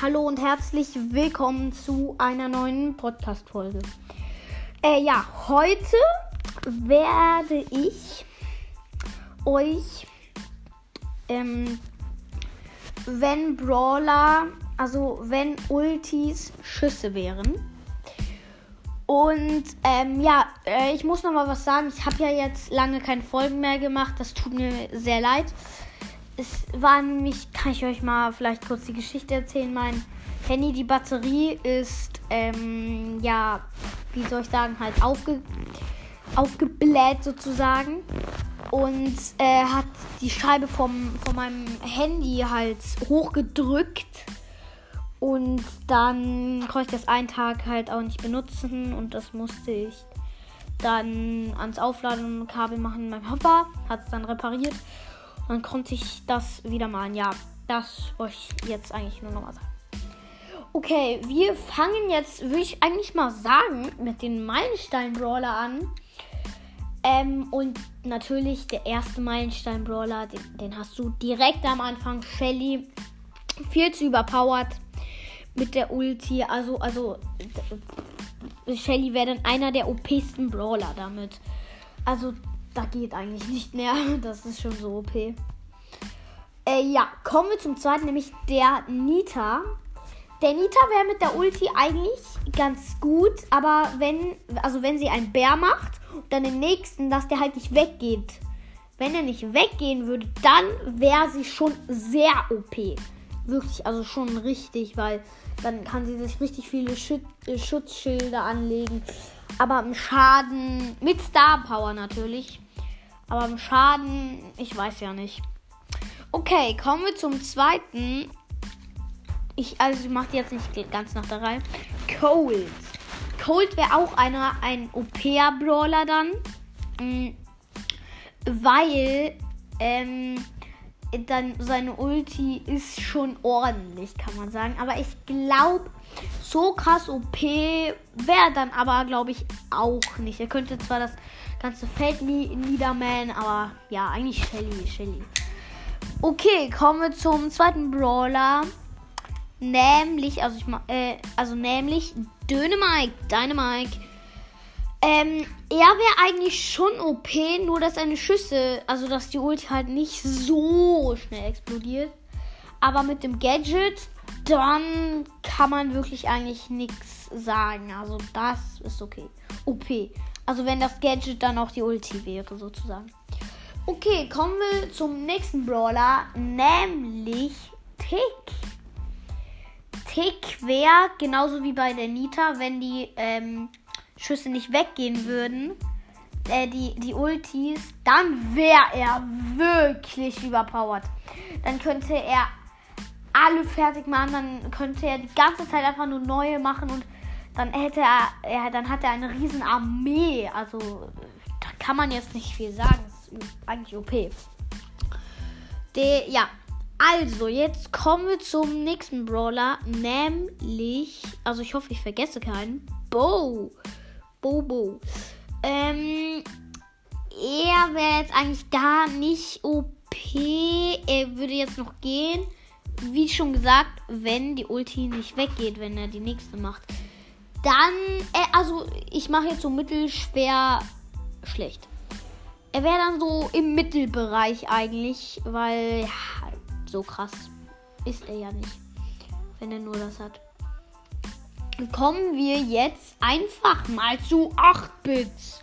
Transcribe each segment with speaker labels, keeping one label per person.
Speaker 1: Hallo und herzlich willkommen zu einer neuen Podcast-Folge. Heute werde ich euch, wenn Brawler, also wenn Ultis Schüsse wären. Und ich muss noch mal was sagen. Ich habe ja jetzt lange keine Folgen mehr gemacht. Das tut mir sehr leid. Es war nämlich, kann ich euch mal vielleicht kurz die Geschichte erzählen. Mein Handy, die Batterie ist, wie soll ich sagen, halt aufgebläht sozusagen. Und hat die Scheibe von meinem Handy halt hochgedrückt. Und dann konnte ich das einen Tag halt auch nicht benutzen. Und das musste ich dann ans Aufladekabel machen. Mein Papa hat es dann repariert. Dann konnte ich das wieder machen. Ja, das wollte ich jetzt eigentlich nur nochmal sagen. Okay, wir fangen jetzt, würde ich eigentlich mal sagen, mit den Meilenstein-Brawler an. Und natürlich der erste Meilenstein-Brawler, den hast du direkt am Anfang. Shelly, viel zu überpowered mit der Ulti. Also Shelly wäre dann einer der OP-sten Brawler damit. Also da geht eigentlich nicht mehr. Das ist schon so OP. Kommen wir zum zweiten, nämlich der Nita. Der Nita wäre mit der Ulti eigentlich ganz gut, aber wenn sie einen Bär macht und dann den nächsten, dass der halt nicht weggeht. Wenn er nicht weggehen würde, dann wäre sie schon sehr OP. Wirklich, also schon richtig, weil dann kann sie sich richtig viele Schutzschilder anlegen. Aber im Schaden, mit Star Power natürlich. Aber im Schaden, ich weiß ja nicht. Okay, kommen wir zum zweiten. Ich mache die jetzt nicht ganz nach der Reihe. Cold. Cold wäre auch ein OP-Brawler dann. Weil dann seine Ulti ist schon ordentlich, kann man sagen. Aber ich glaube, so krass OP wäre dann aber, glaube ich, auch nicht. Er könnte zwar das ganze Feld niedermähen, aber ja, eigentlich Shelly. Okay, kommen wir zum zweiten Brawler. Nämlich Dynamite. Er wäre eigentlich schon OP, nur dass seine Schüsse, also dass die Ulti halt nicht so schnell explodiert. Aber mit dem Gadget, dann kann man wirklich eigentlich nichts sagen. Also das ist okay. OP. Also wenn das Gadget dann auch die Ulti wäre, sozusagen. Okay, kommen wir zum nächsten Brawler, nämlich Tick. Tick wäre genauso wie bei der Nita, wenn die Schüsse nicht weggehen würden, die Ultis, dann wäre er wirklich überpowered. Dann könnte er alle fertig machen, dann könnte er die ganze Zeit einfach nur neue machen und dann hat er eine riesen Armee. Also da kann man jetzt nicht viel sagen. Das ist eigentlich OP. Also jetzt kommen wir zum nächsten Brawler, nämlich, also ich hoffe, ich vergesse keinen, Bo. Er wäre jetzt eigentlich gar nicht OP. Er würde jetzt noch gehen. Wie schon gesagt, wenn die Ulti nicht weggeht, wenn er die nächste macht. Dann, ich mache jetzt so mittelschwer schlecht. Er wäre dann so im Mittelbereich eigentlich, weil, ja, so krass ist er ja nicht, wenn er nur das hat. Kommen wir jetzt einfach mal zu 8-Bits.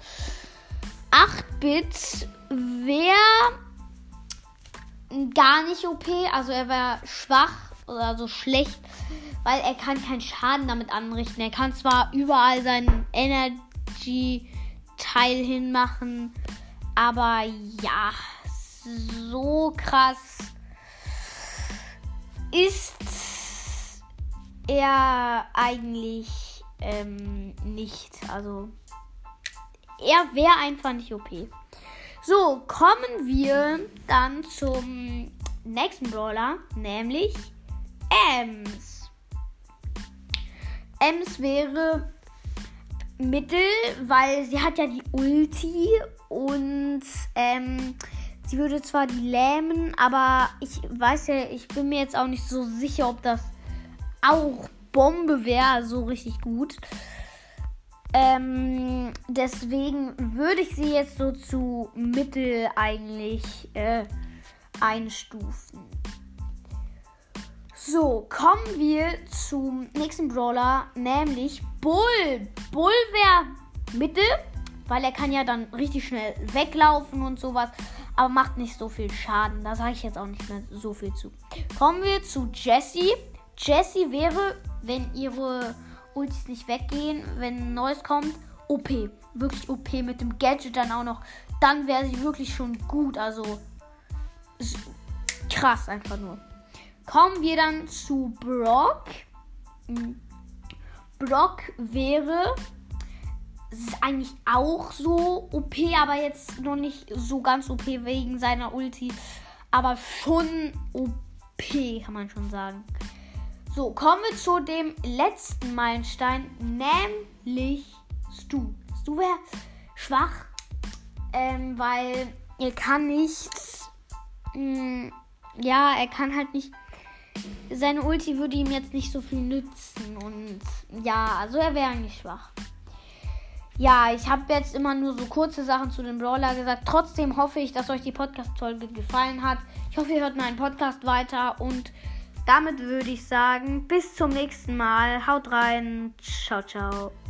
Speaker 1: 8-Bits wäre gar nicht OP, also er wäre schwach oder so schlecht, weil er kann keinen Schaden damit anrichten. Er kann zwar überall seinen Energy-Teil hinmachen, aber ja, so krass ist er eigentlich nicht. Also er wäre einfach nicht OP. So, kommen wir dann zum nächsten Brawler, nämlich Ems. Ems wäre Mittel, weil sie hat ja die Ulti und sie würde zwar die lähmen, aber ich bin mir jetzt auch nicht so sicher, ob das auch Bombe wäre, so richtig gut. Deswegen würde ich sie jetzt so zu Mittel eigentlich einstufen. So, kommen wir zum nächsten Brawler, nämlich Bull. Bull wäre Mittel, weil er kann ja dann richtig schnell weglaufen und sowas, aber macht nicht so viel Schaden. Da sage ich jetzt auch nicht mehr so viel zu. Kommen wir zu Jessie. Jessie wäre, wenn ihre Ultis nicht weggehen, wenn ein neues kommt, OP. Wirklich OP mit dem Gadget dann auch noch. Dann wäre sie wirklich schon gut. Also krass einfach nur. Kommen wir dann zu Brock. Brock wäre ist eigentlich auch so OP, aber jetzt noch nicht so ganz OP wegen seiner Ulti. Aber schon OP, kann man schon sagen. So, kommen wir zu dem letzten Meilenstein, nämlich Stu. Stu wäre schwach, weil er kann nichts. Er kann halt nicht. Seine Ulti würde ihm jetzt nicht so viel nützen. Und ja, also er wäre eigentlich schwach. Ja, ich habe jetzt immer nur so kurze Sachen zu dem Brawler gesagt. Trotzdem hoffe ich, dass euch die Podcast-Folge gefallen hat. Ich hoffe, ihr hört meinen Podcast weiter. Und damit würde ich sagen, bis zum nächsten Mal. Haut rein. Ciao, ciao.